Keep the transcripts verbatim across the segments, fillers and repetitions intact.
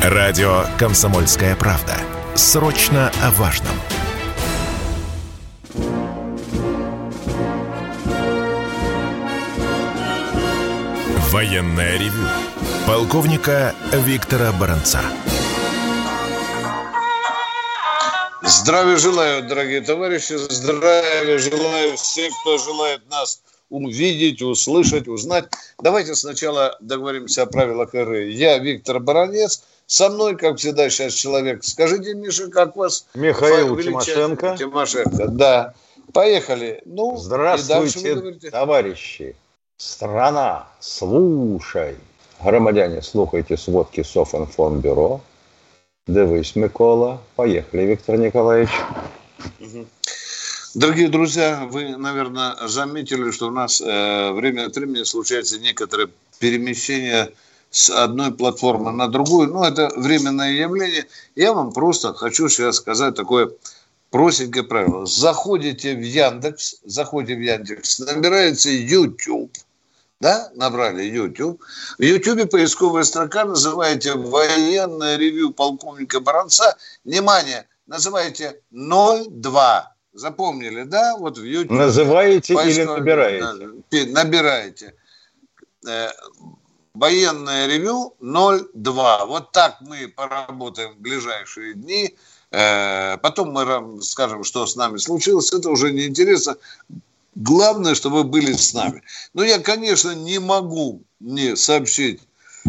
Радио «Комсомольская правда». Срочно о важном. Военное ревю полковника Виктора Баранца. Здравия желаю, дорогие товарищи. Здравия желаю всем, кто желает нас увидеть, услышать, узнать. Давайте сначала договоримся о правилах игры. Я Виктор Баранец. Со мной, как всегда, сейчас человек. Скажите, Миша, как вас? Михаил Тимошенко. Тимошенко, да. Поехали. Ну, здравствуйте, товарищи. Страна, слушай. Громадяне, слухайте сводки Софинформбюро. Дивись, Микола. Поехали, Виктор Николаевич. Дорогие друзья, вы, наверное, заметили, что у нас э, время от времени случается некоторое перемещение с одной платформы на другую. Ну, это временное явление. Я вам просто хочу сейчас сказать такое простенькое правило. Заходите в Яндекс, заходите в Яндекс, набираете YouTube, да, набрали YouTube. В YouTube поисковая строка, называете военное ревью полковника Баранца. Внимание, называете ноль два. Запомнили, да? Вот в YouTube. Называете или набираете? Набираете. Военное ревью ноль два. Вот так мы поработаем в ближайшие дни. Потом мы скажем, что с нами случилось. Это уже не интересно. Главное, чтобы вы были с нами. Но я, конечно, не могу не сообщить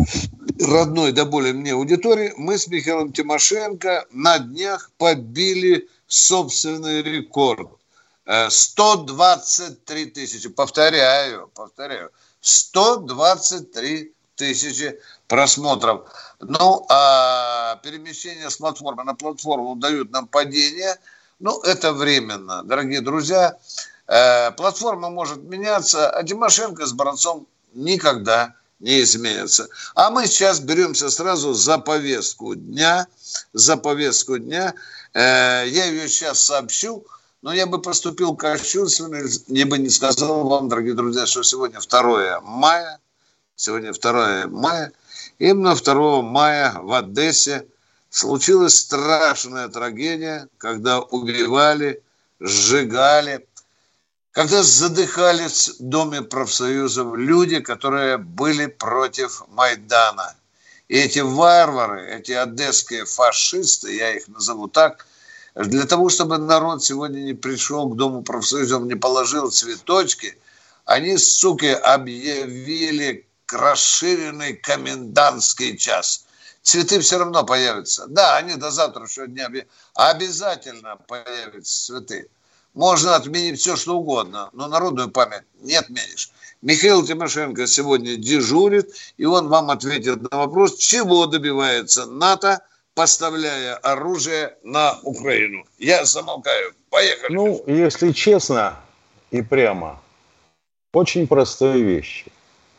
родной до боли мне аудитории. Мы с Михаилом Тимошенко на днях побили собственный рекорд. сто двадцать три тысячи. Повторяю, повторяю. сто двадцать три тысячи просмотров. Ну, а перемещение с платформы на платформу дают нам падение. Ну, это временно, дорогие друзья. Платформа может меняться, а Тимошенко с Баранцом никогда не изменится. А мы сейчас беремся сразу за повестку дня. За повестку дня. Я ее сейчас сообщу, но я бы поступил кощунственно, я бы не сказал вам, дорогие друзья, что сегодня второе мая. Сегодня второе мая. Именно второго мая в Одессе случилась страшная трагедия, когда убивали, сжигали, когда задыхались в Доме профсоюзов люди, которые были против Майдана. И эти варвары, эти одесские фашисты, я их назову так, для того, чтобы народ сегодня не пришел к Дому профсоюзов, не положил цветочки, они, суки, объявили расширенный комендантский час. Цветы все равно появятся. Да, они до завтрашнего дня обязательно появятся цветы. Можно отменить все, что угодно, но народную память не отменишь. Михаил Тимошенко сегодня дежурит, и он вам ответит на вопрос, чего добивается НАТО, поставляя оружие на Украину. Я замолкаю. Поехали. Ну, если честно и прямо, очень простые вещи.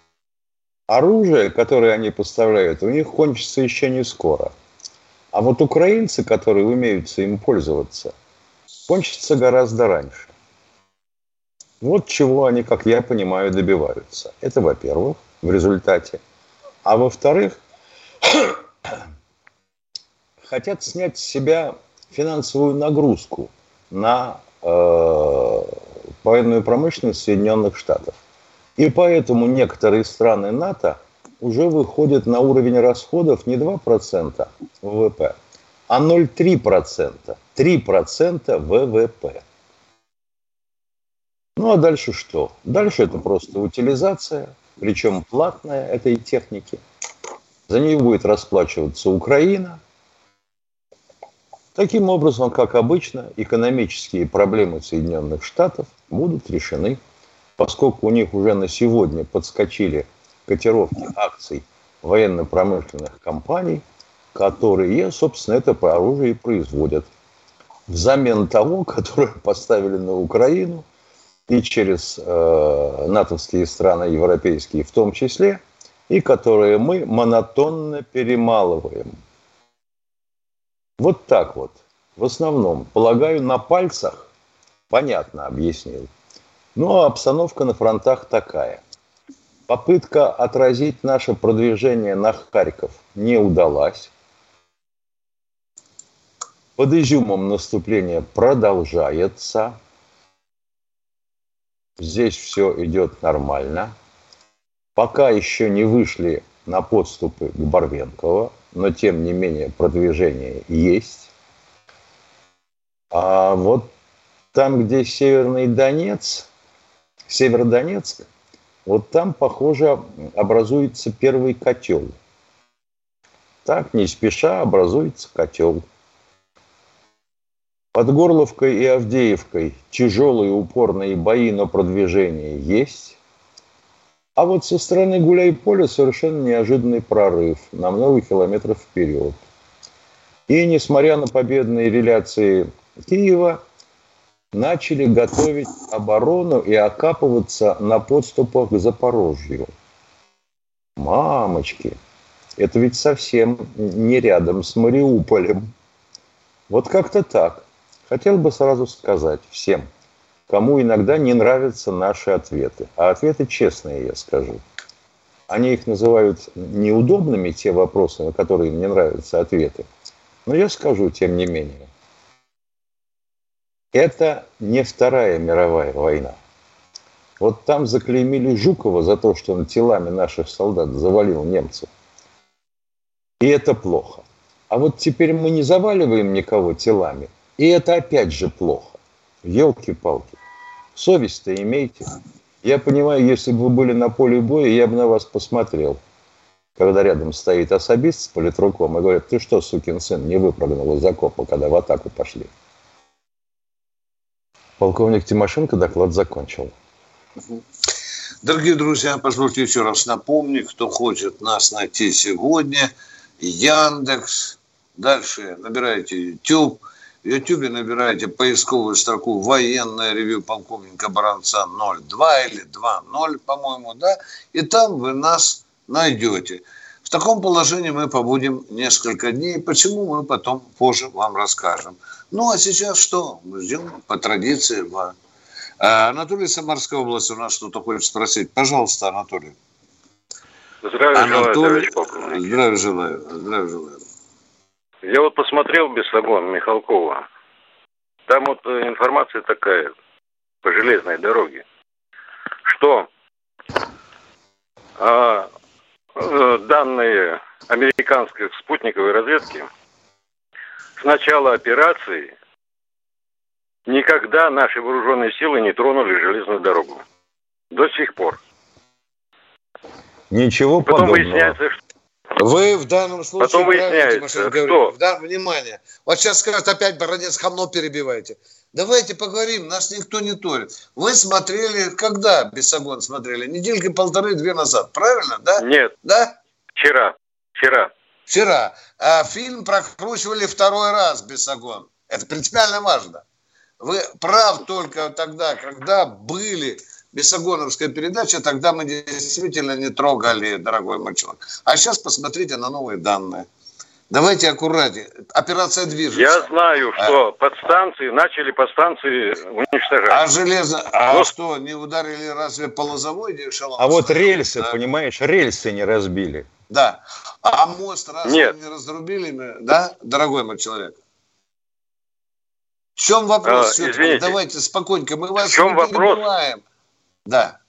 Оружие, которое они поставляют, у них кончится еще не скоро. А вот украинцы, которые умеют им пользоваться, кончится гораздо раньше. Вот чего они, как я понимаю, добиваются. Это, во-первых, в результате. А во-вторых, хотят снять с себя финансовую нагрузку на э, военную промышленность Соединенных Штатов. И поэтому некоторые страны НАТО уже выходят на уровень расходов не два процента ВВП, а ноль целых три десятых процента. три процента ВВП. Ну а дальше что? Дальше это просто утилизация, причем платная этой техники. За нее будет расплачиваться Украина. Таким образом, как обычно, экономические проблемы Соединенных Штатов будут решены, поскольку у них уже на сегодня подскочили котировки акций военно-промышленных компаний, которые, собственно, это оружие и производят. Взамен того, которое поставили на Украину и через э, натовские страны, европейские в том числе, и которые мы монотонно перемалываем. Вот так вот. В основном, полагаю, на пальцах, понятно объяснил. Ну, а обстановка на фронтах такая. Попытка отразить наше продвижение на Харьков не удалась. Под Изюмом наступление продолжается. Здесь все идет нормально. Пока еще не вышли на подступы к Барвенково, но тем не менее продвижение есть. А вот там, где Северный Донец, Северодонецк, вот там, похоже, образуется первый котел. Так, не спеша, образуется котел. Под Горловкой и Авдеевкой тяжелые упорные бои, но продвижение есть. А вот со стороны Гуляй-Поля совершенно неожиданный прорыв на много километров вперед. И, несмотря на победные реляции Киева, начали готовить оборону и окапываться на подступах к Запорожью. Мамочки, это ведь совсем не рядом с Мариуполем. Вот как-то так. Хотел бы сразу сказать всем, кому иногда не нравятся наши ответы. А ответы честные, я скажу. Они их называют неудобными, те вопросы, на которые им не нравятся ответы. Но я скажу, тем не менее. Это не Вторая мировая война. Вот там заклеймили Жукова за то, что он телами наших солдат завалил немцев. И это плохо. А вот теперь мы не заваливаем никого телами. И это опять же плохо. Елки-палки. Совесть-то имейте. Я понимаю, если бы вы были на поле боя, я бы на вас посмотрел. Когда рядом стоит особист с политруком и говорит: ты что, сукин сын, не выпрыгнул из окопа, когда в атаку пошли? Полковник Тимошенко доклад закончил. Дорогие друзья, позвольте еще раз напомнить, кто хочет нас найти сегодня. Яндекс. Дальше набираете YouTube. В Ютубе набираете поисковую строку «Военное ревью полковника Баранца ноль два» или два ноль, по-моему, да, и там вы нас найдете. В таком положении мы побудем несколько дней. Почему, мы потом позже вам расскажем. Ну, а сейчас что? Мы ждем по традиции. Анатолий, Самарская область, у нас что-то хочет спросить. Пожалуйста, Анатолий. Здравия Анатолий, желаю, товарищ полковник. Здравия желаю, здравия желаю. Я вот посмотрел Бесогон, Михалкова. Там вот информация такая по железной дороге, что а, данные американской спутниковой разведки с начала операции никогда наши вооруженные силы не тронули железную дорогу. До сих пор. Ничего Потом подобного. выясняется, что Вы в данном случае... Потом выясняется, кто? Да, внимание. Вот сейчас скажут опять, Баранец, хамно перебиваете. Давайте поговорим, нас никто не торит. Вы смотрели, когда Бесогон смотрели? Недельки полторы-две назад, правильно, да? Нет. Да? Вчера. Вчера. Вчера. А фильм прокручивали второй раз Бесогон. Это принципиально важно. Вы прав только тогда, когда были... Бесогоновская передача, тогда мы действительно не трогали, дорогой мой человек. А сейчас посмотрите на новые данные. Давайте аккуратнее. Операция движется. Я знаю, что а... подстанции начали подстанции уничтожать. А железо... А Но... что, не ударили разве по лозовой? А вот рельсы, да? Понимаешь, рельсы не разбили. Да. А мост разве Нет. не разрубили? Да, дорогой мой человек? В чем вопрос? А, извините. Давайте спокойненько. Мы вас в чем не вопрос? перебиваем. Да.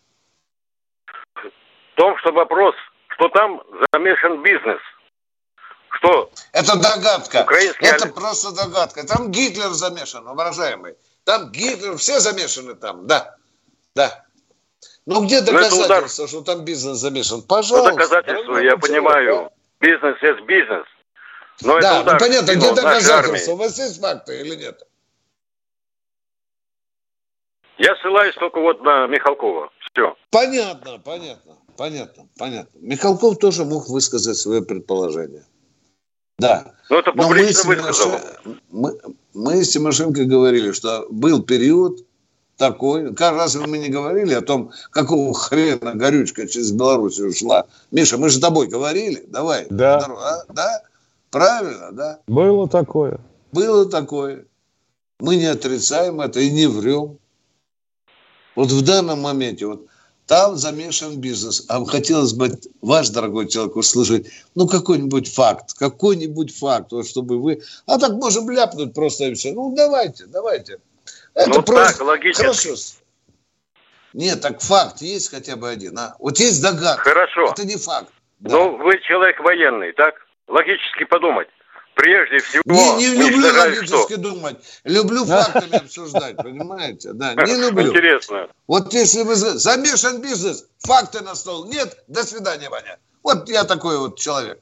В том, что вопрос, что там замешан бизнес. Что? Это догадка. Украинский... Это просто догадка. Там Гитлер замешан, уважаемый. Там Гитлер, все замешаны там, да. Да. Ну где доказательства, что там бизнес замешан? Пожалуйста. Ну, доказательства, я понимаю. Да? Бизнес есть бизнес. Но да, это удар. Ну, понятно, где доказательства? Армии. У вас есть факты или нет? Я ссылаюсь только вот на Михалкова. Все. Понятно, понятно, понятно, понятно. Михалков тоже мог высказать свое предположение. Да. Ну, это публично высказал. Мы, мы с Тимошенко говорили, что был период такой. Разве мы не говорили о том, какого хрена горючка через Белоруссию ушла? Миша, мы же с тобой говорили. Давай. Да. Здорово, а? Да? Правильно, да? Было такое. Было такое. Мы не отрицаем это и не врем. Вот в данном моменте, вот там замешан бизнес. А хотелось бы, ваш дорогой человек, услышать, ну, какой-нибудь факт, какой-нибудь факт, вот чтобы вы... А так можем ляпнуть просто и все. Ну, давайте, давайте. Это ну, просто... так, логически. Хорошо. Нет, так факт есть хотя бы один, а? Вот есть догадка. Хорошо. Это не факт. Да. Ну, вы человек военный, так? Логически подумать. Прежде всего... Не, не люблю логически что? думать. Люблю фактами обсуждать, понимаете? Да, не люблю. Интересно. Вот если вы замешан бизнес, факты на стол нет, до свидания, Ваня. Вот я такой вот человек.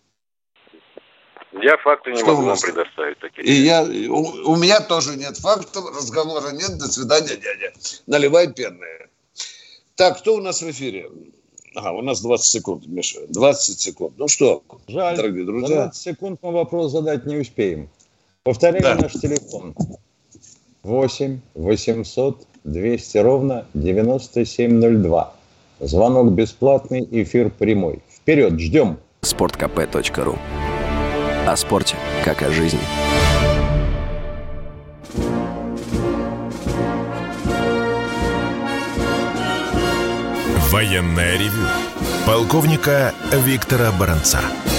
Я факты не Что могу у вам вас? предоставить. Такие. И я, у, у меня тоже нет фактов, разговора нет, до свидания, дядя. Наливай пенные. Так, кто у нас в эфире? Ага, у нас двадцать секунд, Миша. двадцать секунд. Ну что, жаль, дорогие друзья. за двадцать секунд мы вопрос задать не успеем. Повторяю да. наш телефон. восемь восемьсот двести ровно девяносто семь ноль два. Звонок бесплатный, эфир прямой. Вперед, ждем. спорт кэ пэ точка ру. О спорте, как о жизни. Военное ревю полковника Виктора Баранца.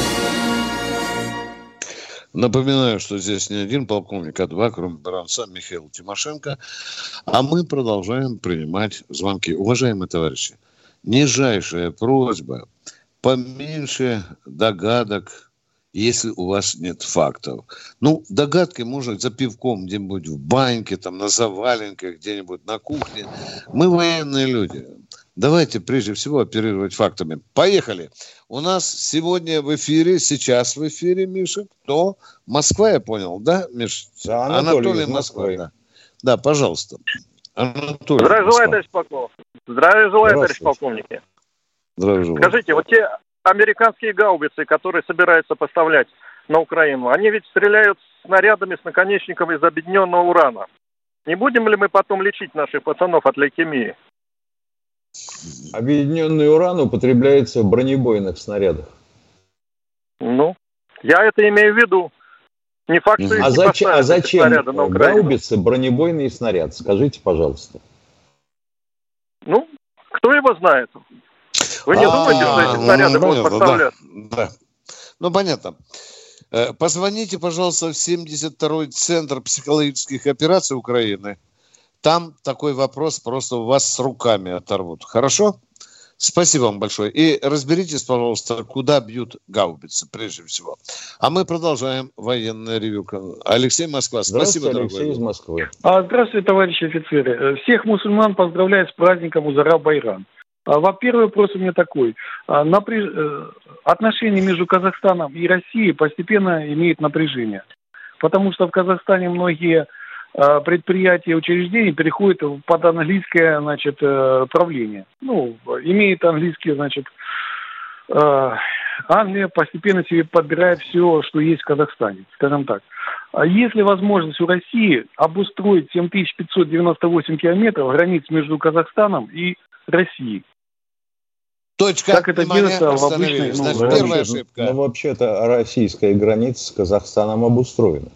Напоминаю, что здесь не один полковник, а два, кроме Баранца, Михаил Тимошенко. А мы продолжаем принимать звонки. Уважаемые товарищи, нижайшая просьба, поменьше догадок, если у вас нет фактов. Ну, догадки можно за пивком где-нибудь в баньке, там, на заваленках, где-нибудь на кухне. Мы военные люди. Давайте прежде всего оперировать фактами. Поехали. У нас сегодня в эфире, сейчас в эфире, Миша, кто? Москва, я понял, да, Миш? Да, Анатолий, Анатолий Москва. Да. да, пожалуйста. Анатолий Здравия желаю, товарищ полковник. Здравия желаю, товарищ полковник. Здравия желаю. Скажите, вот те американские гаубицы, которые собираются поставлять на Украину, они ведь стреляют снарядами с наконечником из объединенного урана. Не будем ли мы потом лечить наших пацанов от лейкемии? Объединенный уран употребляется в бронебойных снарядах. Ну, я это имею в виду. Не факт, что а, зачем, а зачем на гаубицы бронебойный снаряд? Скажите, пожалуйста. Ну, кто его знает? Вы не а, думаете, что эти снаряды ну, будут поставлять? Да, да. Ну, понятно. Позвоните, пожалуйста, в семьдесят второй Центр психологических операций Украины. Там такой вопрос просто у вас с руками оторвут. Хорошо? Спасибо вам большое. И разберитесь, пожалуйста, куда бьют гаубицы, прежде всего. А мы продолжаем военное ревью. Алексей, Москва. Спасибо, дорогой. Алексей из Москвы. Здравствуйте, товарищи офицеры. Всех мусульман поздравляю с праздником Узара-Байрам. Во-первых, вопрос у меня такой. Напряж... Отношения между Казахстаном и Россией постепенно имеют напряжение. Потому что в Казахстане многие предприятия и учреждения переходят под английское, значит, правление. Ну, имеет английский, значит, Англия постепенно себе подбирает все, что есть в Казахстане, скажем так. А если возможность у России обустроить семь тысяч пятьсот девяносто восемь километров границ между Казахстаном и Россией? Точка. Как это делается в обычной... Ну, Значит, первая ошибка. Ну, вообще-то российская граница с Казахстаном обустроена.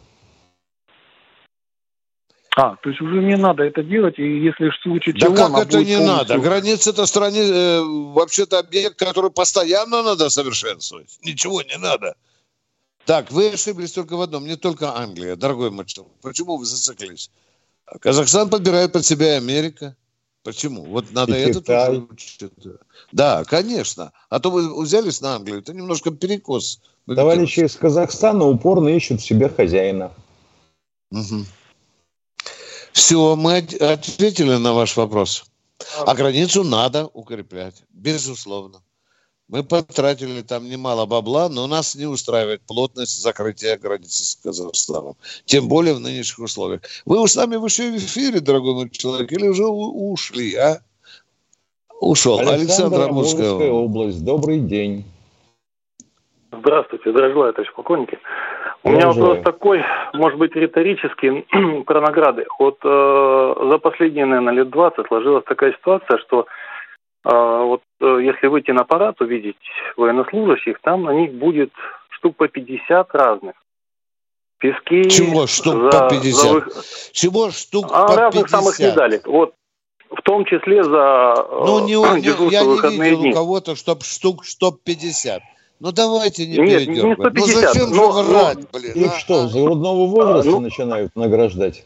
А, то есть уже не надо это делать, и если в случае да чего... Да как это не полностью... надо? Граница это стране, э, вообще-то объект, который постоянно надо совершенствовать. Ничего не надо. Так, вы ошиблись только в одном, не только Англия, дорогой мой человек. Почему вы зациклились? Казахстан подбирает под себя Америка. Почему? Вот надо и это Китай. Тоже учить. Да, конечно. А то вы взялись на Англию, это немножко перекос. Товарищи из Казахстана упорно ищут себе хозяина. Угу. Все, мы ответили на ваш вопрос. А границу надо укреплять, безусловно. Мы потратили там немало бабла, но нас не устраивает плотность закрытия границы с Казахстаном. Тем более в нынешних условиях. Вы с нами еще в эфире, дорогой мой человек, или уже ушли, а? Ушел. Александр, Амурская область. Добрый день. Здравствуйте, здравия желаю, товарищ полковник. У меня вопрос такой, может быть, риторический, про награды. Вот э, за последние, наверное, лет двадцать сложилась такая ситуация, что э, вот э, если выйти на парад, увидеть военнослужащих, там на них будет штук по пятьдесят разных. Пески... Чего штук за, по пятьдесят? За вы... Чего штук а, по разных пятьдесят? самых медалей. Вот В том числе за Ну, не, э, не, я не выходные видел дни. у кого-то, чтоб штук сто пятьдесят. Ну, давайте не Нет, передергивать. не сто пятьдесят, Ну, зачем но, же врать, блин? Их а? что, с грудного возраста А, ну- начинают награждать?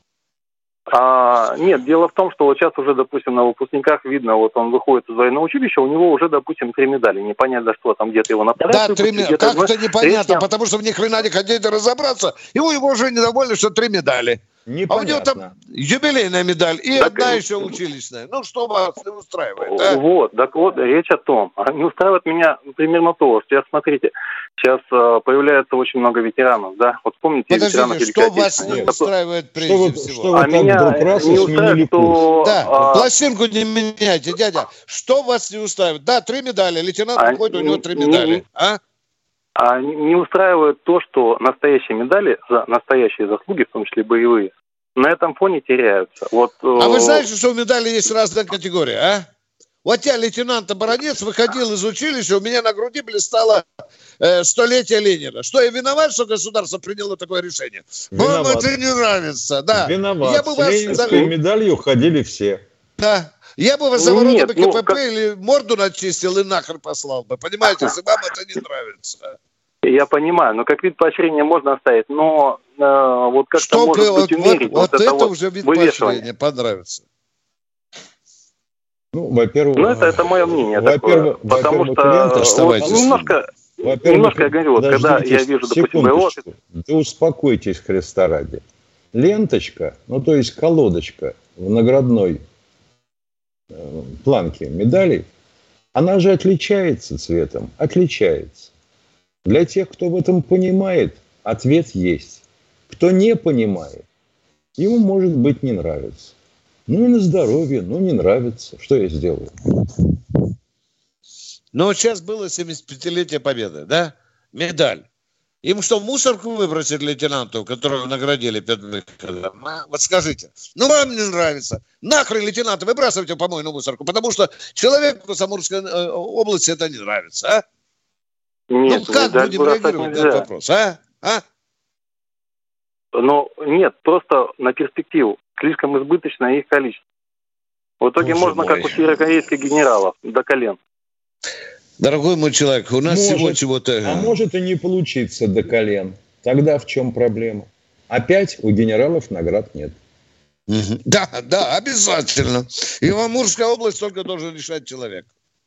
А, нет, дело в том, что вот сейчас уже, допустим, на выпускниках видно, вот он выходит из военного училища, у него уже, допустим, три медали. Непонятно, что там где-то его направляют. Да, три медали. где-то, Как-то непонятно, третья. потому что в ни хрена не хотите разобраться. И вы его уже недовольны, что три медали. А у него Непонятно. там юбилейная медаль и Так, одна э, еще училищная. Ну, что вас не устраивает, а? Вот, так вот, речь о том. А не устраивает меня примерно то, что, сейчас, смотрите, сейчас э, появляется очень много ветеранов, да? Вот помните, ветеранов Подождите, Великой что вас Отечественной? не устраивает Что прежде вы, всего? что вы А так меня вдруг раз и не сменили устраивает, курс? что... Да, а, пластинку не меняйте, дядя. Что вас не устраивает? Да, три медали. Лейтенант А, выходит, у него три не- медали. не- А? А не устраивает то, что настоящие медали за настоящие заслуги, в том числе боевые, на этом фоне теряются. Вот, А вы э, знаете, что у медали есть разная категория, а? Вот я, лейтенант Оборонец, выходил из училища, у меня на груди блистало э, столетие Ленина. Что, я виноват, что государство приняло такое решение? Вам Виноват. это не нравится, да. Виноват. Я бы С вас, ленинской медалью ходили все. да. Я бы вас за воротами Нет, ну, КПП как- или морду начистил и нахер послал бы. Понимаете, если вам это не нравится. я понимаю, но как вид поощрения можно оставить, но э, вот как-то Что может бы, вот, быть умерить вот, вот это вот уже вид вывешивание. поощрения понравится. Ну, во-первых, Ну, это, это мое мнение такое. во-первых, Потому во-первых, что лента, вот, оставайтесь. немножко, во-первых, немножко я говорю, вот когда я подождите вижу, допустим, боевого секундочку. Да успокойтесь, Христа ради. Ленточка, ну то есть колодочка в наградной э, планке медалей, она же отличается цветом, отличается. Для тех, кто в этом понимает, ответ есть. Кто не понимает, ему, может быть, не нравится. Ну и на здоровье, ну не нравится. Что я сделаю? Но вот сейчас было семидесятипятилетие Победы, да? Медаль. Им что, мусорку выбросить лейтенанту, которого наградили перед выходом? А? Вот скажите. Ну, вам не нравится. Нахрен лейтенанта выбрасывайте в помойную мусорку, потому что человеку в Амурской э, области это не нравится, а? Нет, ну, как медаль будем бросать реагировать на нельзя. этот вопрос, а? А? Но нет, просто на перспективу. Слишком избыточное их количество. В итоге Боже можно, мой. как у северокорейских генералов, до колен. Дорогой мой человек, у нас Может. всего чего-то... А может и не получиться до колен. Тогда в чем проблема? Опять у генералов наград нет. Мгм. Да, да, обязательно. И в Амурской области только должен решать человек.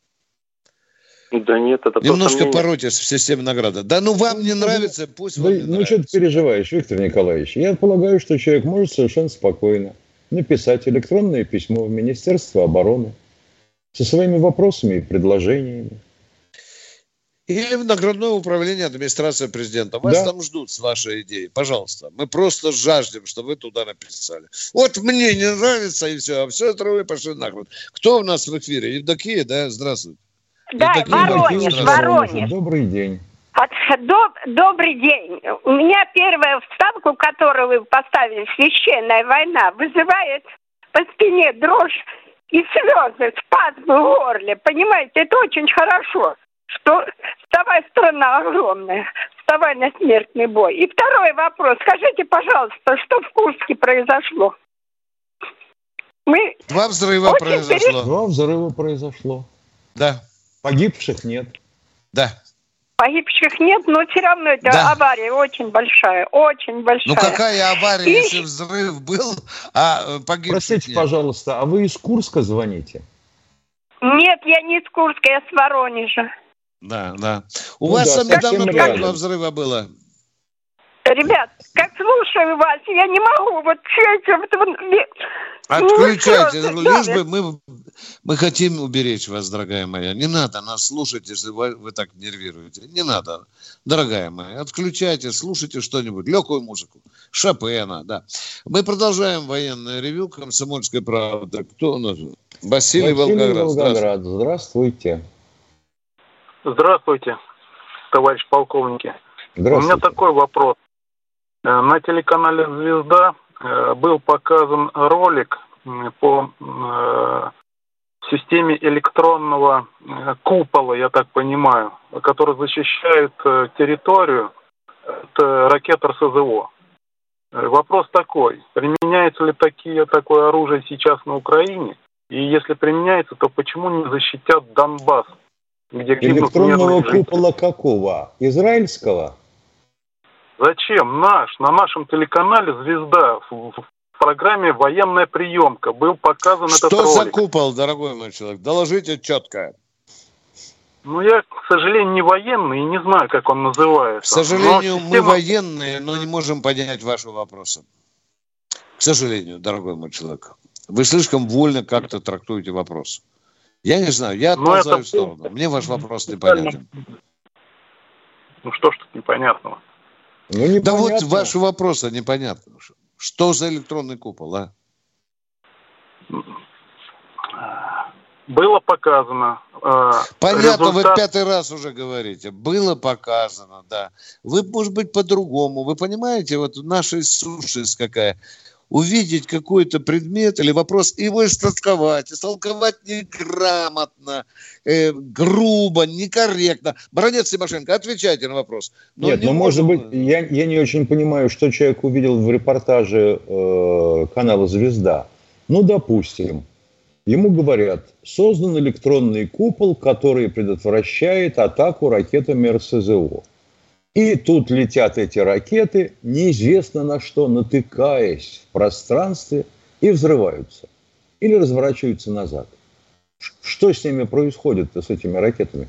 Да нет, это просто Немножко мнение. поройтесь в системе награды. Да ну вам не нравится, пусть Да, вам не ну нравится. что ты переживаешь, Виктор Николаевич? Я полагаю, что человек может совершенно спокойно написать электронное письмо в Министерство обороны со своими вопросами и предложениями. Или в наградное управление администрации президента. Вас Да. там ждут с вашей идеей. Пожалуйста. Мы просто жаждем, чтобы вы туда написали. Вот мне не нравится, и все. А все это вы пошли нахрен. Кто у нас в эфире? Евдокия, да? Здравствуйте. Да, Евдокия, Воронеж, здравствуйте. Воронеж. Добрый день. От- доб- добрый день. У меня первая вставка, которую вы поставили, «Священная война», вызывает по спине дрожь и слезы, спазмы в горле. Понимаете, это очень хорошо, что вставай, страна огромная, вставай на смертный бой. И второй вопрос. Скажите, пожалуйста, что в Курске произошло? Мы Два взрыва Очень произошло. Два взрыва произошло. Да, Погибших нет. да. Погибших нет, но все равно это Да. авария очень большая, очень большая. Ну какая авария, И- если взрыв был, а э, погибших Простите, нет? пожалуйста, а вы из Курска звоните? Нет, я не из Курска, я с Воронежа. Да, да. У Ну вас да, там недавно совсем тоже рядом. два взрыва было. Ребят, как слушаю вас, я не могу, вот все эти... вот- вот- Отключайте, Ну, лишь слезы, бы мы, мы хотим уберечь вас, дорогая моя. Не надо нас слушать, если вы, вы так нервируете. Не надо, дорогая моя. Отключайте, слушайте что-нибудь, легкую музыку. Шопена, да. Мы продолжаем военное ревю «Комсомольская правда». Кто у нас? Василий, Волгоград. Волгоград. Здравствуйте. Здравствуйте, товарищ полковники. У меня Здравствуйте. такой вопрос. Э, На телеканале «Звезда» э, был показан ролик м, по э, системе электронного э, купола, я так понимаю, который защищает э, территорию от э, ракет эр эс зэ о. Э, Вопрос такой. Применяется ли такие, такое оружие сейчас на Украине? И если применяется, то почему не защитят Донбасс? Где электронного купола какого? Израильского? Зачем? Наш. На нашем телеканале «Звезда» в, в программе «Военная приемка» был показан Что этот ролик. Что за купол, дорогой мой человек? Доложите четко. Ну, я, к сожалению, не военный и не знаю, как он называется. К сожалению, система... мы военные, но не можем понять вашего вопроса. К сожалению, дорогой мой человек. Вы слишком вольно как-то трактуете вопрос. Я не знаю, я отползаю это... в сторону. Мне ваш вопрос непонятен. Ну что ж тут непонятного? Ну, непонятно. Да вот ваши вопросы непонятны. Что за электронный купол, а? Было показано. Э, Понятно, результат... вы пятый раз уже говорите. Было показано, да. Вы, может быть, по-другому. Вы понимаете, вот наша сущность какая. Увидеть какой-то предмет или вопрос и его истолковать, истолковать неграмотно, э, грубо, некорректно. Баронец Тимошенко, отвечайте на вопрос. Но Нет, не ну может быть, я, я не очень понимаю, что человек увидел в репортаже э, канала «Звезда». Ну, допустим, ему говорят, создан электронный купол, который предотвращает атаку ракетами эр эс зэ о. И тут летят эти ракеты, неизвестно на что, натыкаясь в пространстве, и взрываются. Или разворачиваются назад. Что с ними происходит, с этими ракетами?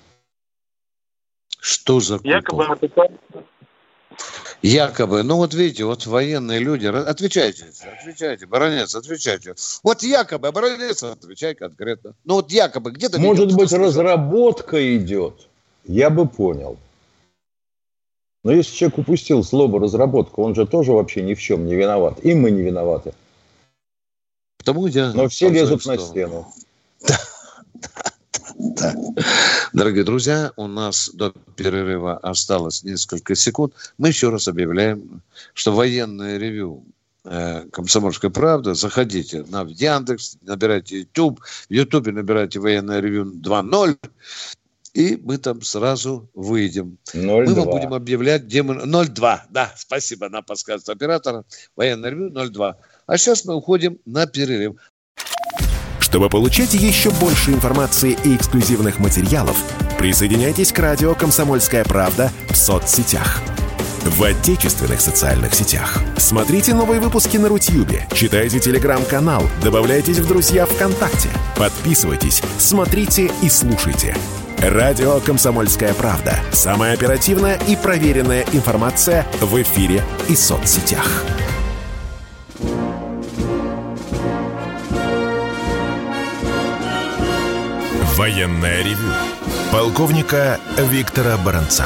Что за купол? Якобы натыкаются. Якобы. Ну вот видите, вот военные люди. Отвечайте, отвечайте, баронец, отвечайте. Вот якобы, баронец, отвечай конкретно. Ну вот якобы, где-то... Может быть, разработка идет? Я бы понял. Но если человек упустил слово «разработка», он же тоже вообще ни в чем не виноват. И мы не виноваты. Потому я Но все лезут на стену. Да, да, да, да. Дорогие друзья, у нас до перерыва осталось несколько секунд. Мы еще раз объявляем, что военное ревью э, «Комсомольская правда». Заходите на Яндекс, набирайте YouTube. В Ютубе набирайте «Военное ревью два ноль». И мы там сразу выйдем. ноль два. Мы вам будем объявлять, где мы... ноль два, да, спасибо, на подсказку оператора. Военное ревью ноль два. А сейчас мы уходим на перерыв. Чтобы получать еще больше информации и эксклюзивных материалов, присоединяйтесь к радио «Комсомольская правда» в соцсетях. В отечественных социальных сетях. Смотрите новые выпуски на Рутьюбе, читайте телеграм-канал, добавляйтесь в друзья ВКонтакте, подписывайтесь, смотрите и слушайте. Радио «Комсомольская правда». Самая оперативная и проверенная информация в эфире и соцсетях. Военное ревю полковника Виктора Баранца.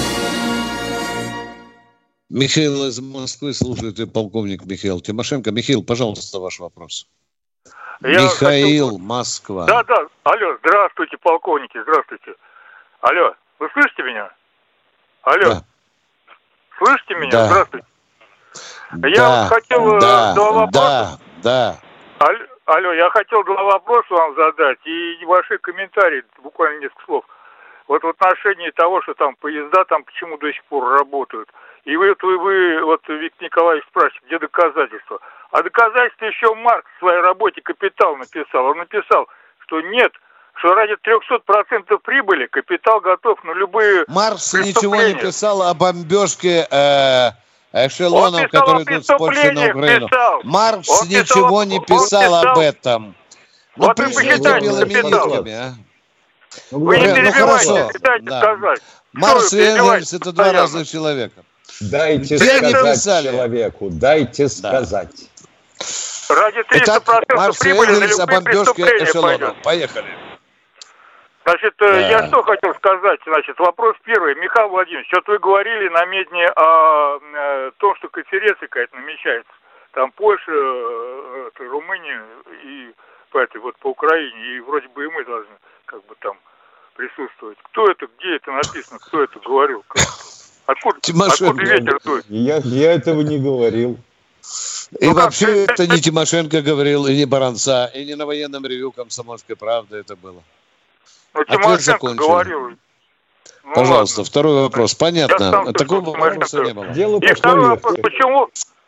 Михаил из Москвы слушает, и полковник Михаил Тимошенко. Михаил, пожалуйста, ваш вопрос. Я Михаил, хотел... Москва. Да, да. Алло, здравствуйте, полковники, здравствуйте. Алло, вы слышите меня? Алло. Да. Слышите меня? Да. Здравствуйте. Да. Я хотел да. два вопроса. Да, да. Алло, алло, я хотел два вопроса вам задать и небольшой комментарий, буквально несколько слов. Вот в отношении того, что там поезда там почему до сих пор работают. И вы, вы, вы вот Виктор Николаевич спрашивает, где доказательства? А доказательства еще Маркс в своей работе «Капитал» написал. Он написал, что нет, что ради триста процентов прибыли капитал готов на любые Маркс ничего не писал о бомбежке э, эшелонов, которые идут с Польши на Украину. Писал. Маркс Он ничего писал, не писал, писал об этом. Ну, вот вы посчитайте «Капитал». А? Вы не перебивайте, дайте да. сказать. Маркс и Энгельс – это два разных человека. Дайте Где сказать человеку, дайте сказать. Ради триста процентов прибыли на любые преступления. Поехали. Значит, да. я что хотел сказать. Значит, вопрос первый. Михаил Владимирович, вот вы говорили на медне о, о том, что конференция какая-то намечается. Там Польша, Румыния и по этой вот по Украине. И вроде бы и мы должны как бы там присутствовать. Кто это, где это написано, кто это говорил? Откуда, откуда ветер дует? Я, я этого не говорил. И ну, вообще как... это не Тимошенко говорил, и не Баранца, и не на военном ревью «Комсомольской правды» это было. Ну, Тимошенко говорил. Ну, Пожалуйста, ладно. Второй вопрос. Понятно. Такого вопроса не было. Дело и второй вопрос. Почему,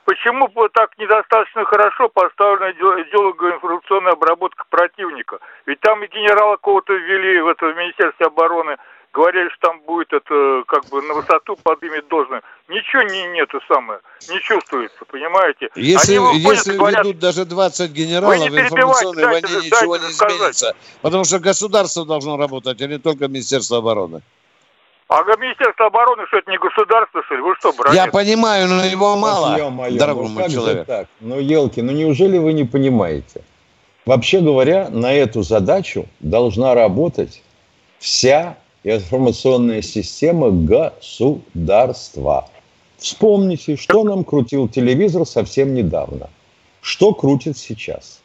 почему так недостаточно хорошо поставлена идеолого-информационная обработка противника? Ведь там и генерала кого-то ввели в это в Министерстве обороны, говорили, что там будет это как бы на высоту поднимет должное. Ничего не нету самое, не чувствуется, понимаете? Если, выходят, если говорят, ведут даже двадцать генералов, в информационной войне дайте, ничего дайте не сказать. изменится. Потому что государство должно работать, а не только Министерство обороны. А Министерство обороны, что это не государство, что ли? Вы что, братец? Я понимаю, но его мало, Ё-моё, дорогой ну мой как же человек. так? Ну, елки, ну неужели вы не понимаете? Вообще говоря, на эту задачу должна работать вся информационная система государства. Вспомните, что нам крутил телевизор совсем недавно. Что крутит сейчас?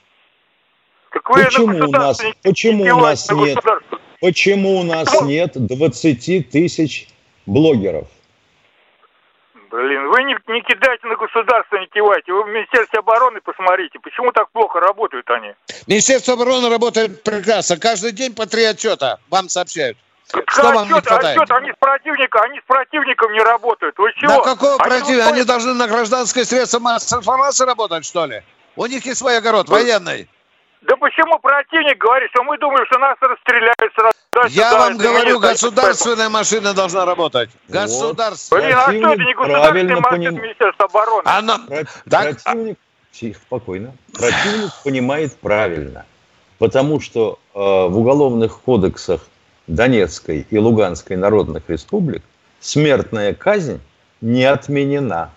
Почему у нас, почему у нас нет, почему у нас нет двадцати тысяч блогеров? Блин, вы не, не кидайте на государство, не кивайте. Вы в Министерстве обороны посмотрите, почему так плохо работают они. Министерство обороны работает прекрасно. Каждый день по три отчета вам сообщают. Что отчет, вам не хватает? Отчет, они с противником, они с противником не работают. Вы чего? На какого они противника? выходят... Они должны на гражданское средство массовой информации работать, что ли? У них есть свой огород, военный. Да почему противник говорит, что мы думаем, что нас расстреляют сразу? Я сюда, вам говорю, министр, государственная машина должна работать. Вот. Государство. Блин, а что это не государственная машина поним... Министерства обороны? Она... Про... Так... Противник... Тихо, спокойно. Противник понимает правильно. Потому что э, в уголовных кодексах Донецкой и Луганской народных республик смертная казнь не отменена.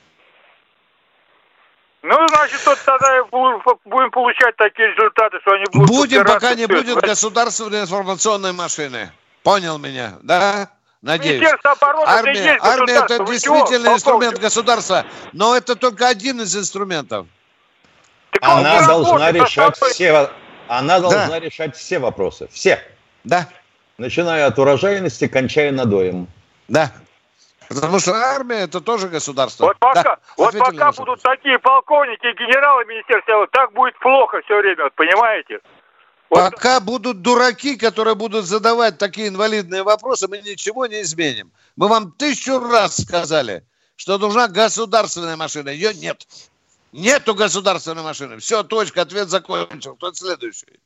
Ну, значит, вот тогда будем получать такие результаты, что они будут... Будем, пока не все. будет государственной информационной машины. Понял меня, да? Надеюсь. Министерство обороны армия, это и есть армия это Вы действительно чего? инструмент государства, но это только один из инструментов. Так Она должна решать основной... все, она должна Да. решать все вопросы. Все. Да, Начиная от урожайности, кончая надоем. да. Потому что армия это тоже государство. Вот пока, Да, вот ответили пока на будут вопрос. такие полковники и генералы Министерства, так будет плохо все время, вот, понимаете? Вот. Пока будут дураки, которые будут задавать такие инвалидные вопросы, мы ничего не изменим. Мы вам тысячу раз сказали, что нужна государственная машина. Ее нет. Нету государственной машины. Все, точка, ответ закончил. Кто следующий?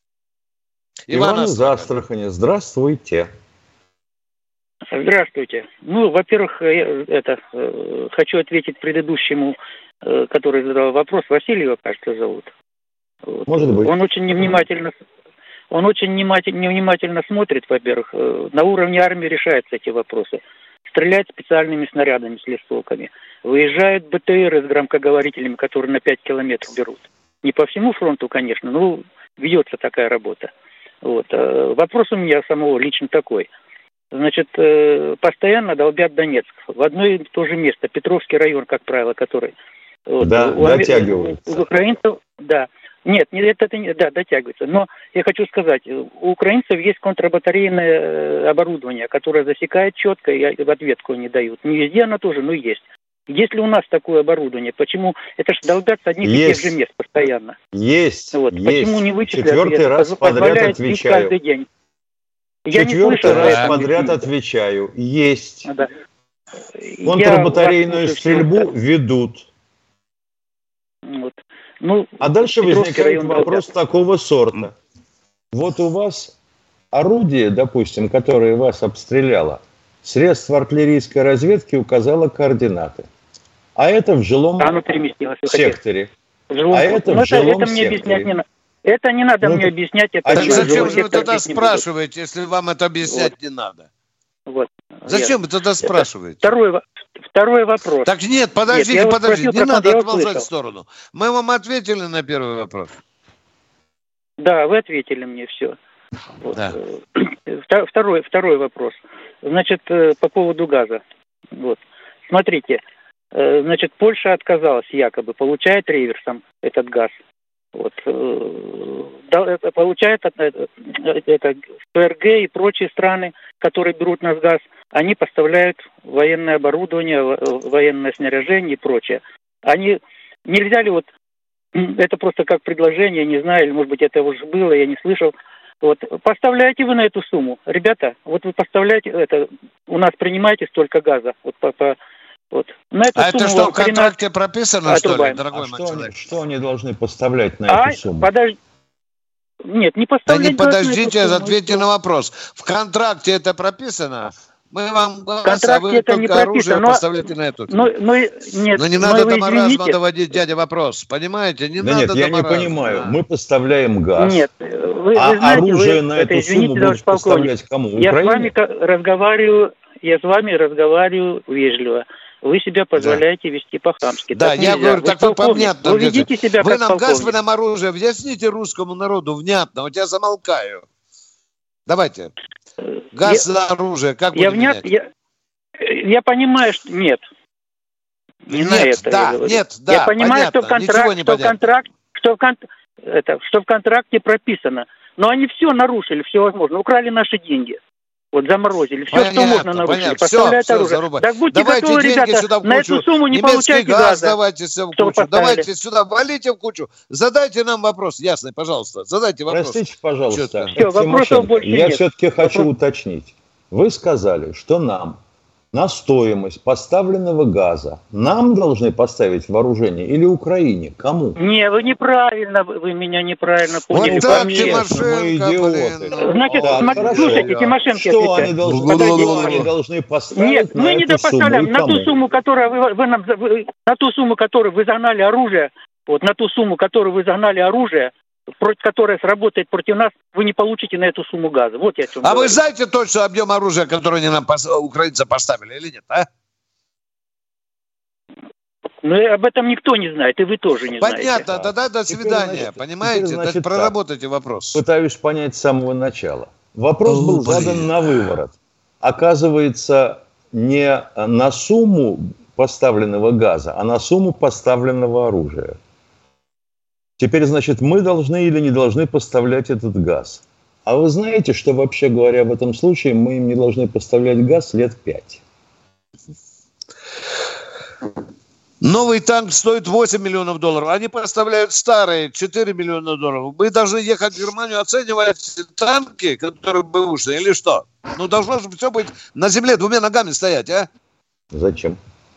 Иван, Иван из Астрахани. Здравствуйте. Здравствуйте. Ну, во-первых, я, это, э, хочу ответить предыдущему, э, который задал вопрос. Васильева, кажется, зовут. Вот. Может быть. Он очень невнимательно, он очень невнимательно, невнимательно смотрит, во-первых. Э, на уровне армии решаются эти вопросы. Стреляют специальными снарядами с листовками. Выезжают БТРы с громкоговорителями, которые на пять километров берут. Не по всему фронту, конечно, но ведется такая работа. Вот. Э, вопрос у меня самого лично такой. Значит, постоянно долбят Донецк. В одно и то же место. Петровский район, как правило, который... Да, у, дотягивается. У, у украинцев, да. Нет, это, это не... Да, дотягивается. Но я хочу сказать, у украинцев есть контрбатарейное оборудование, которое засекает четко и в ответку не дают. Не везде оно тоже, но есть. Есть ли у нас такое оборудование? Почему? Это же долбят с одних и тех же мест постоянно. Есть, вот. есть. Почему не вычислят? Четвертый раз подряд отвечаю. Каждый день. Я Четвертый раз слышал, подряд отвечаю. Есть. Да. Контрбатарейную стрельбу ведут. Вот. Ну, а дальше возникает вопрос долбят. такого сорта. Вот у вас орудие, допустим, которое вас обстреляло, средство артиллерийской разведки указало координаты. А это в жилом а секторе. В жилом... А это ну, в жилом это, это мне секторе. объяснять не надо. Это не надо ну, мне объяснять. Это а зачем же вы тогда не спрашиваете, если вам это объяснять вот. не надо? Вот. Зачем вы тогда спрашиваете? Второй, второй вопрос. Так нет, подождите, нет, подождите, не надо отползать услышал. в сторону. Мы вам ответили на первый вопрос. Да, вы ответили мне все. Вот. Да. Второй, второй вопрос. Значит, по поводу газа. Вот. Смотрите, значит, Польша отказалась якобы, получает реверсом этот газ. Вот, получает это, это ФРГ и прочие страны, которые берут наш газ, они поставляют военное оборудование, военное снаряжение и прочее. Они, нельзя ли вот, это просто как предложение, не знаю, или может быть это уже было, я не слышал, вот, поставляете вы на эту сумму, ребята, вот вы поставляете, это, у нас принимаете столько газа, вот, по, по, вот, На эту а сумму это что, в корена... контракте прописано, отрубаем. что ли, дорогой а мой что человек? Они, что они должны поставлять на а, эту сумму? Подожди. Нет, не Да поставлять. не подождите, сумму, ответьте на вопрос. В контракте это прописано? Мы вам в а вы это не только оружие но, поставляете на эту. Но, но, нет, но не но надо вы до маразма извините. доводить, дядя, вопрос. Понимаете? Не да надо нет, до я маразма. не понимаю. Да. Мы поставляем газ. Нет, вы, а вы знаете, оружие вы, на это, эту извините, сумму будут поставлять кому? Я Украине? с вами разговариваю, я с вами разговариваю вежливо. Вы себя позволяете да. вести по-хамски. Да, так я нельзя. говорю, вы так вы понятно. Вы ведите себя вы как нам полковник. газ, вы нам оружие. Объясните русскому народу внятно. Вот я замолкаю. Давайте. Газ я, за оружие. Как я будем внят, менять? я, я понимаю, что нет. Не нет, на это да, я говорю. нет, да, я понимаю, понятно. что в контракт, что в контракт, что в кон, это, что в контракте прописано. Но они все нарушили, все возможно. Украли наши деньги. Вот заморозили. Все, понятно, что можно, нарушили. Понятно. Поставляют все, оружие. Все, так будьте давайте готовы, деньги ребята, сюда в на кучу. эту сумму не Немецкий получайте газ газа. давайте все в кучу. Давайте сюда, валите в кучу. Задайте нам вопрос. Ясно, пожалуйста. Задайте вопрос. Простите, пожалуйста. Все, вопросов больше Я нет. все-таки хочу Вопрос... уточнить. Вы сказали, что нам на стоимость поставленного газа нам должны поставить вооружение или Украине? Кому? Не, вы неправильно, вы меня неправильно поняли. Вот так, Тимошенко, мы идиоты. блин. Значит, да, смотри, слушайте, Тимошенко, что они должны, что они должны поставить? Нет, на мы не эту допоставляем. сумму На ту сумму, которую вы, вы нам, вы, на ту сумму, которую вы загнали оружие, вот на ту сумму, которую вы загнали оружие, против которой сработает против нас, вы не получите на эту сумму газа. Вот я о чем А говорю. вы знаете точно объем оружия, который они нам украинцы поставили, или нет, а? Ну, об этом никто не знает, и вы тоже не Понятно, знаете. Понятно, тогда до свидания, значит, понимаете? теперь, значит, проработайте вопрос. Пытаюсь понять с самого начала. Вопрос был О, задан блин. на выворот. Оказывается, не на сумму поставленного газа, а на сумму поставленного оружия. Теперь, значит, мы должны или не должны поставлять этот газ. А вы знаете, что, вообще говоря, в этом случае мы им не должны поставлять газ лет пять? Новый танк стоит восемь миллионов долларов. Они поставляют старые четыре миллиона долларов. Мы должны ехать в Германию оценивать танки, которые бэушные, или что? Ну, должно же все быть на земле двумя ногами стоять, а? Зачем?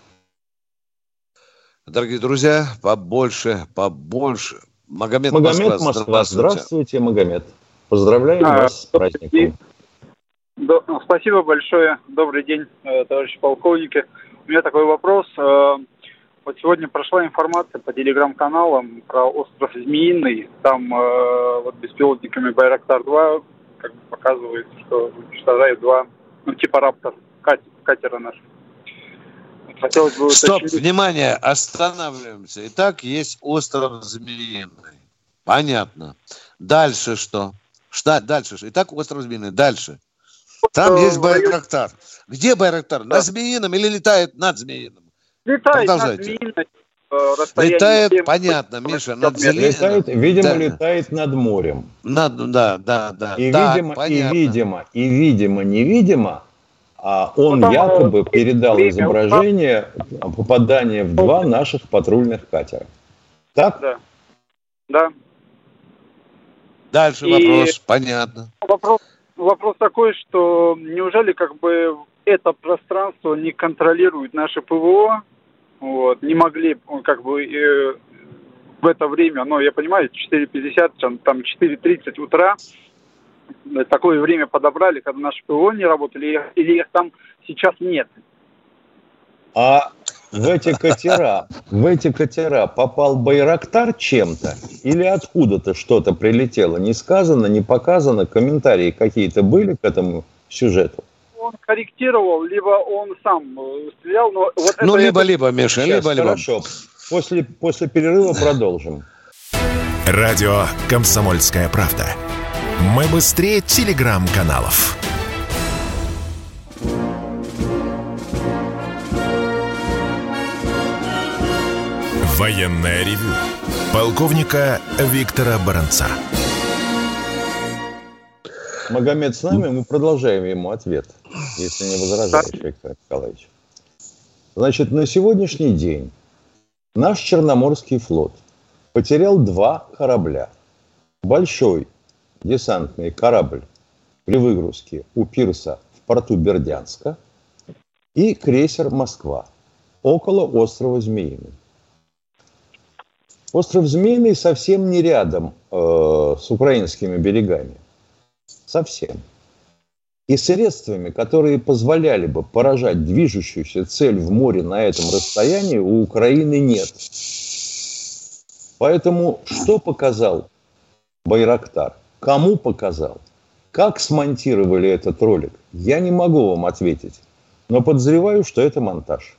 Дорогие друзья, побольше, побольше. Магомед, Магомед Москва, Москва. здравствуйте. Здравствуйте, Магомед. Поздравляю а, вас с праздником. До, спасибо большое. Добрый день, товарищи полковники. У меня такой вопрос. Вот сегодня прошла информация по телеграм-каналам про остров Змеиный. Там вот беспилотниками Байрактар-два как бы показывается, что уничтожают два, ну типа Раптор, катера наших. Хотелось бы Стоп, уточнить. внимание, останавливаемся. Итак, есть остров Змеиный. Понятно. Дальше что? Что дальше? Итак, остров Змеиный. Дальше. Там э, есть Байрактар. Где Байрактар? Да. На Змеином или летает над Змеиным? Летает над Змеиной. Э, летает, семь, понятно, Миша, над Змеиным. Летает, видимо, да. летает над морем. Над, да, да, да. И, да, видимо, понятно. и, видимо, и, видимо, невидимо, а он Потом, якобы э, передал время, изображение попадания в два наших патрульных катера. Так? Да. Да. Дальше И вопрос, понятно. Вопрос, вопрос такой, что неужели как бы это пространство не контролирует наше ПВО? Вот, не могли как бы э, в это время, но я понимаю, четыре пятьдесят, там четыре тридцать утра, такое время подобрали, когда наши ПВО не работали, или их там сейчас нет? А в эти катера, в эти катера попал Байрактар чем-то? Или откуда-то что-то прилетело? Не сказано, не показано, комментарии какие-то были к этому сюжету? Он корректировал, либо он сам стрелял, но вот ну, это, либо-либо, это... Миша, Сейчас, либо-либо. Хорошо. После, после перерыва продолжим. Радио «Комсомольская правда». Мы быстрее телеграм-каналов. Военное ревю полковника Виктора Баранца. Магомед с нами, мы продолжаем ему ответ, если не возражаешь, Виктор Николаевич. Значит, на сегодняшний день наш Черноморский флот потерял два корабля. Большой десантный корабль при выгрузке у пирса в порту Бердянска и крейсер «Москва». около острова Змеиный. Остров Змеиный совсем не рядом э, с украинскими берегами. Совсем. И средствами, которые позволяли бы поражать движущуюся цель в море на этом расстоянии, у Украины нет. Поэтому что показал Байрактар? Кому показал? Как смонтировали этот ролик? Я не могу вам ответить. Но подозреваю, что это монтаж.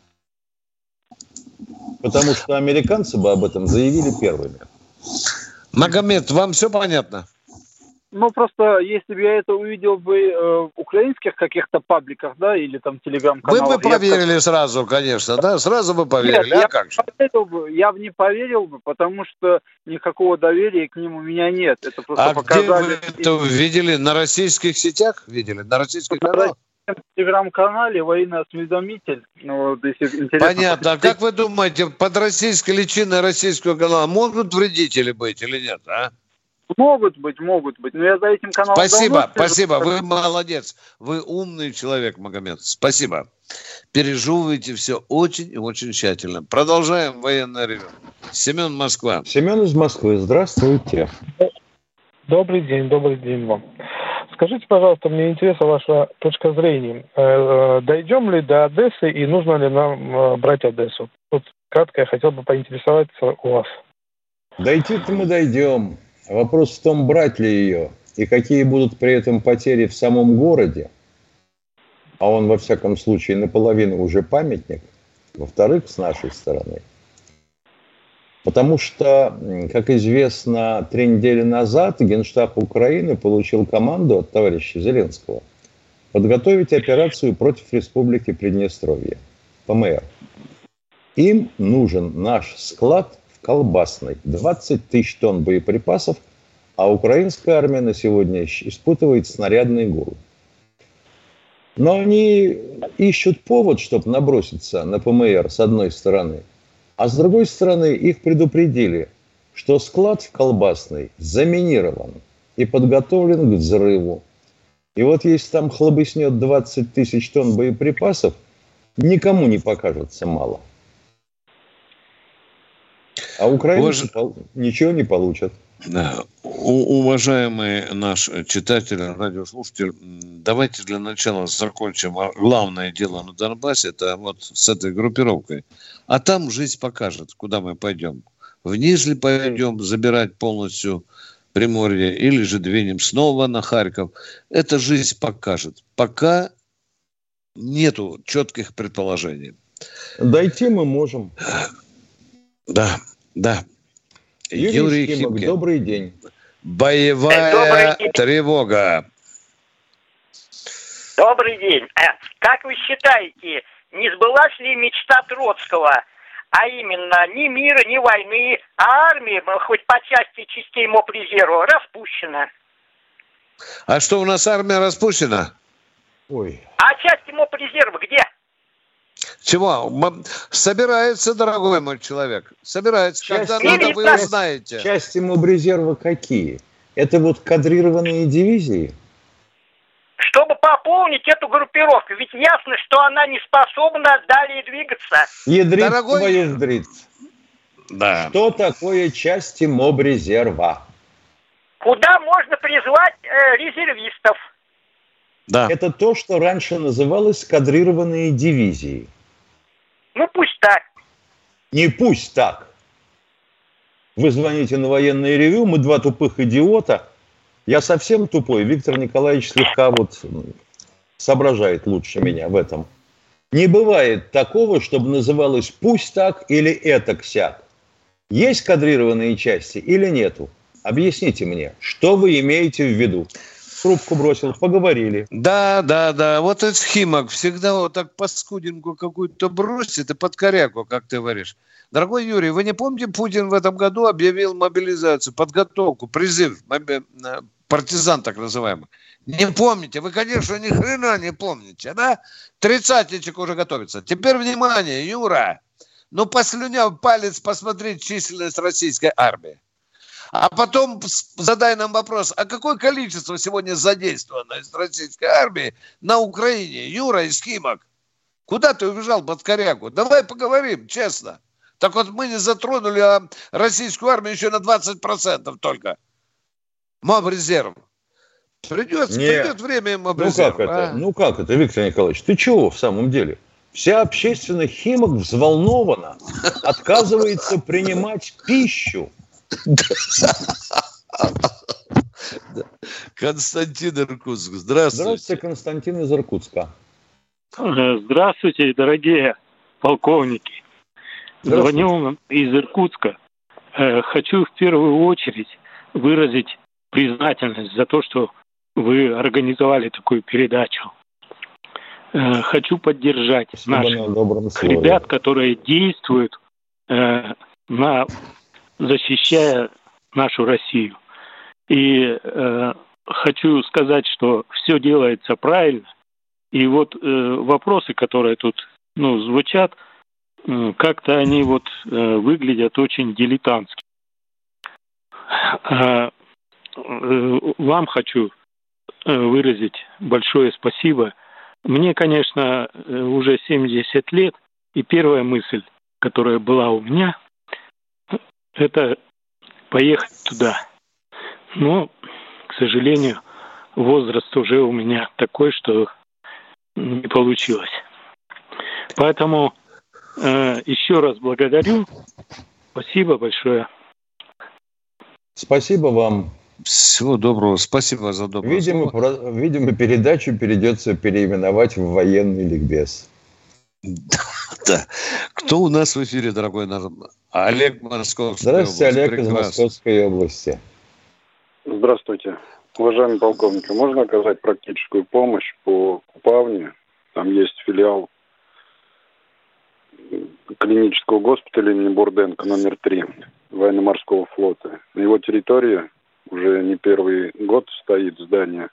Потому что американцы бы об этом заявили первыми. Магомед, вам все понятно? Ну, просто если бы я это увидел бы э, в украинских каких-то пабликах, да, или там телеграм-каналах... Вы бы поверили я... сразу, конечно, да? Сразу бы поверили, Нет, а я как же? Бы, я бы не поверил бы, потому что никакого доверия к ним у меня нет. Это просто а показали... где вы это видели? На российских сетях видели? На российских каналах? В телеграм-канале «Военно-осведомитель». Ну, вот, если интересно... Понятно. А как вы думаете, под российской личиной российского канала могут вредители быть или нет, а? Могут быть, могут быть. Но я за этим каналом... Спасибо, спасибо. Вы молодец. Вы умный человек, Магомед. Спасибо. Пережевывайте все очень и очень тщательно. Продолжаем военное ревю. Семен, Москва. Семен из Москвы. Здравствуйте. Добрый день, добрый день вам. Скажите, пожалуйста, мне интересна ваша точка зрения. Дойдем ли до Одессы и нужно ли нам брать Одессу? Вот кратко я хотел бы поинтересоваться у вас. Дойти-то мы дойдем. Вопрос в том, брать ли ее и какие будут при этом потери в самом городе. А он, во всяком случае, наполовину уже памятник. Во-вторых, с нашей стороны. Потому что, как известно, три недели назад Генштаб Украины получил команду от товарища Зеленского подготовить операцию против Республики Приднестровье, ПМР. Им нужен наш склад в Колбасной. двадцать тысяч тонн боеприпасов, а украинская армия на сегодня испытывает снарядный голод. Но они ищут повод, чтобы наброситься на ПМР с одной стороны. А с другой стороны, их предупредили, что склад в Колбасной заминирован и подготовлен к взрыву. И вот если там хлобыснет двадцать тысяч тонн боеприпасов, никому не покажется мало. А украинцы Уваж... ничего не получат. Да. У, уважаемый наш читатель, радиослушатель, давайте для начала закончим главное дело на Донбассе, это вот с этой группировкой. А там жизнь покажет, куда мы пойдем. Вниз ли пойдем забирать полностью Приморье, или же двинем снова на Харьков. Это жизнь покажет. Пока нету четких предположений. Дойти мы можем. Да, да. Юрий, Юрий Химок, добрый день. Боевая добрый день. Тревога. Добрый день. Как вы считаете, не сбылась ли мечта Троцкого, а именно ни мира, ни войны, а армия, хоть по части частей мобрезерва, распущена? А что, у нас армия распущена? Ой. А части мобрезерва где? Чего? Собирается, дорогой мой человек. Собирается. Части, Когда надо, вы узнаете. Части мобрезерва какие? Это вот кадрированные дивизии? Чтобы пополнить эту группировку. Ведь ясно, что она не способна далее двигаться. Ядрит Дорогой... твою ядрит. Да. Что такое части мобрезерва? Куда можно призвать э, резервистов? Да. Это то, что раньше называлось кадрированные дивизии. Ну пусть так. Не пусть так. Вы звоните на военное ревю, мы два тупых идиота. Я совсем тупой, Виктор Николаевич слегка вот соображает лучше меня в этом. Не бывает такого, чтобы называлось пусть так или этак-сяк. Есть кадрированные части или нету? Объясните мне, что вы имеете в виду? Трубку бросил, поговорили. Да, да, да. Вот этот Химок всегда вот так паскудинку какую-то бросит и под коряку, как ты говоришь. Дорогой Юрий, вы не помните, Путин в этом году объявил мобилизацию, подготовку, призыв, партизан так называемый. Не помните? Вы, конечно, ни хрена не помните, да? Тридцатничек уже готовится. Теперь, внимание, Юра. Ну, послюняв палец, посмотреть численность российской армии. А потом задай нам вопрос, а какое количество сегодня задействовано из российской армии на Украине? Юра из Химок. Куда ты убежал под корягу? Давай поговорим, честно. Так вот мы не затронули а российскую армию еще на двадцать процентов только. Мобрезерв. Придется, Нет. придет время мобрезерв. Ну как это? А? Ну как это, Виктор Николаевич? Ты чего в самом деле? Вся общественность Химок взволнована, отказывается принимать пищу. Константин Иркутск. Здравствуйте. Здравствуйте, Константин из Иркутска. Здравствуйте, дорогие полковники. Звоню вам из Иркутска. Хочу в первую очередь выразить признательность за то, что вы организовали такую передачу. Хочу поддержать Спасибо наших ребят, которые действуют, на, защищая нашу Россию. И э, хочу сказать, что все делается правильно. И вот э, вопросы, которые тут ну, звучат, э, как-то они вот э, выглядят очень дилетантски. Э, э, вам хочу э, выразить большое спасибо. Мне, конечно, уже семьдесят лет, и первая мысль, которая была у меня, это поехать туда. Но, к сожалению, возраст уже у меня такой, что не получилось. Поэтому э, еще раз благодарю. Спасибо большое. Спасибо вам. Всего доброго. Спасибо за доброе видимо, про, видимо, передачу придется переименовать в военный ликбез. Да. Кто у нас в эфире, дорогой народ? Олег, Московская Здравствуйте, область. Олег Прекрасно. из Московской области. Здравствуйте. Уважаемый полковник, можно оказать практическую помощь по Купавне? Там есть филиал клинического госпиталя имени Бурденко номер три военно-морского флота. На его территории уже не первый год стоит здание.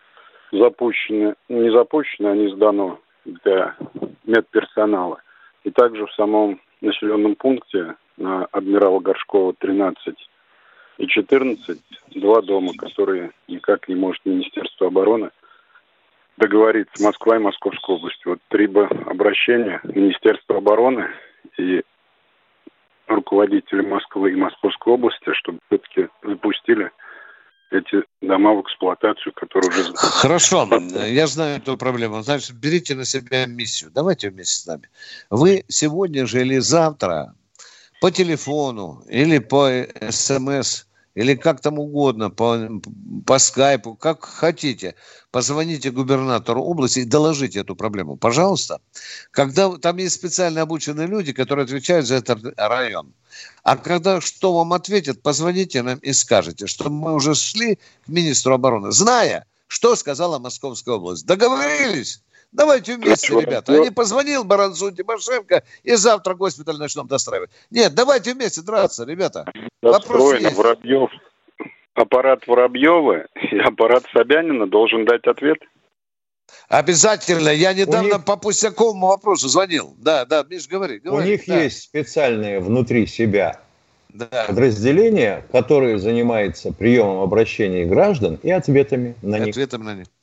Запущено, не запущено, а не сдано для медперсонала. И также в самом населенном пункте на Адмирала Горшкова тринадцать и четырнадцать два дома, которые никак не может Министерство обороны договориться, Москва и Московская область. Вот три бы обращения Министерства обороны и руководителей Москвы и Московской области, чтобы все-таки запустили эти дома в эксплуатацию, которые уже... Хорошо, я знаю эту проблему. Значит, берите на себя миссию. Давайте вместе с нами. Вы сегодня же или завтра по телефону или по СМС или как там угодно, по, по скайпу, как хотите, позвоните губернатору области и доложите эту проблему. Пожалуйста. Когда там есть специально обученные люди, которые отвечают за этот район. А когда что вам ответят, позвоните нам и скажете, что мы уже шли к министру обороны, зная, что сказала Московская область. Договорились? Давайте вместе, ребята. А не позвонил Баранцу, Тимошенко, и завтра госпиталь начнем достраивать. Нет, давайте вместе драться, ребята. Вопрос есть. Воробьев, аппарат Воробьева и аппарат Собянина должен дать ответ. Обязательно. Я недавно них... по пустяковому вопросу звонил. Да, да, Миш, говори. говори У них да. есть специальные внутри себя да. подразделения, которые занимаются приемом обращений граждан и ответами на них. Ответами на них.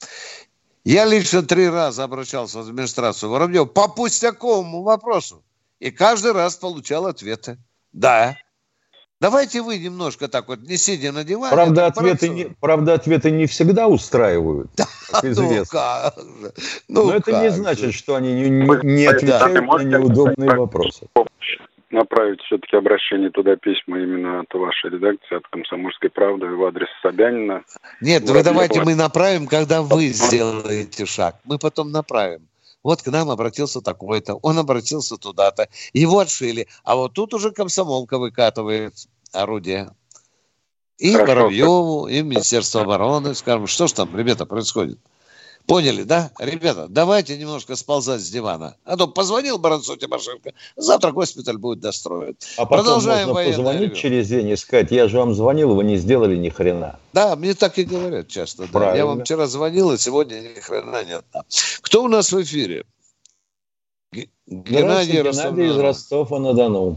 Я лично три раза обращался в администрацию Воробьева по пустяковому вопросу. И каждый раз получал ответы. Да. Давайте вы немножко так вот, не сидя на диване. Правда, ответы не, правда, ответы не всегда устраивают, как известно. Ну, как ну, Но это как не значит, же. что они не, не отвечают да. на неудобные вопросы. Направить все-таки обращение туда, письма именно от вашей редакции, от «Комсомольской правды» в адрес Собянина. Нет, вы давайте мы направим, когда вы сделаете шаг. Мы потом направим. Вот к нам обратился такой-то, он обратился туда-то, его отшили. А вот тут уже комсомолка выкатывает орудие. И Хорошо. Воробьеву, и Министерство обороны. Скажем, что ж там, ребята, происходит? Поняли, да? Ребята, давайте немножко сползать с дивана. А то позвонил Баранцу Тимошенко, завтра госпиталь будет достроен. А потом Продолжаем можно позвонить ревю. через день и сказать, я же вам звонил, вы не сделали ни хрена. Да, мне так и говорят часто. Да. Я вам вчера звонил, и сегодня ни хрена нет. Кто у нас в эфире? Г- Геннадий, Геннадий из Ростова-на-Дону.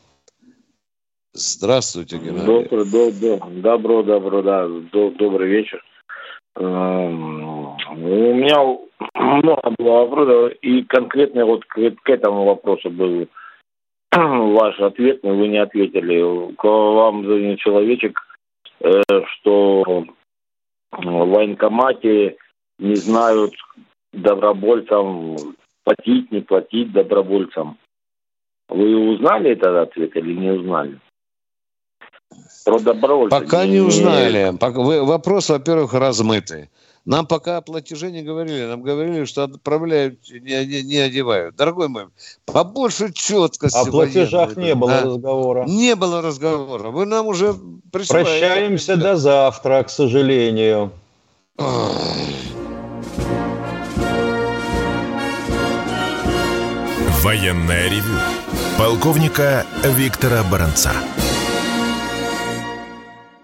Здравствуйте, Геннадий. Добрый, добрый, добро, добро, да, добрый вечер. У меня много было вопросов, и конкретно вот к, к этому вопросу был ваш ответ, но вы не ответили. К вам звонит человечек, э, что в военкомате не знают добровольцам платить, не платить добровольцам. Вы узнали этот ответ или не узнали? Про добровольцев. Пока не узнали. Вопрос, во-первых, размытый. Нам пока о платеже не говорили. Нам говорили, что отправляют, не, не, не одевают. Дорогой мой, побольше четкости. О платежах не было а? разговора. Не было разговора. Вы нам уже присылаете. Прощаемся до завтра, к сожалению. Военное ревю полковника Виктора Баранца.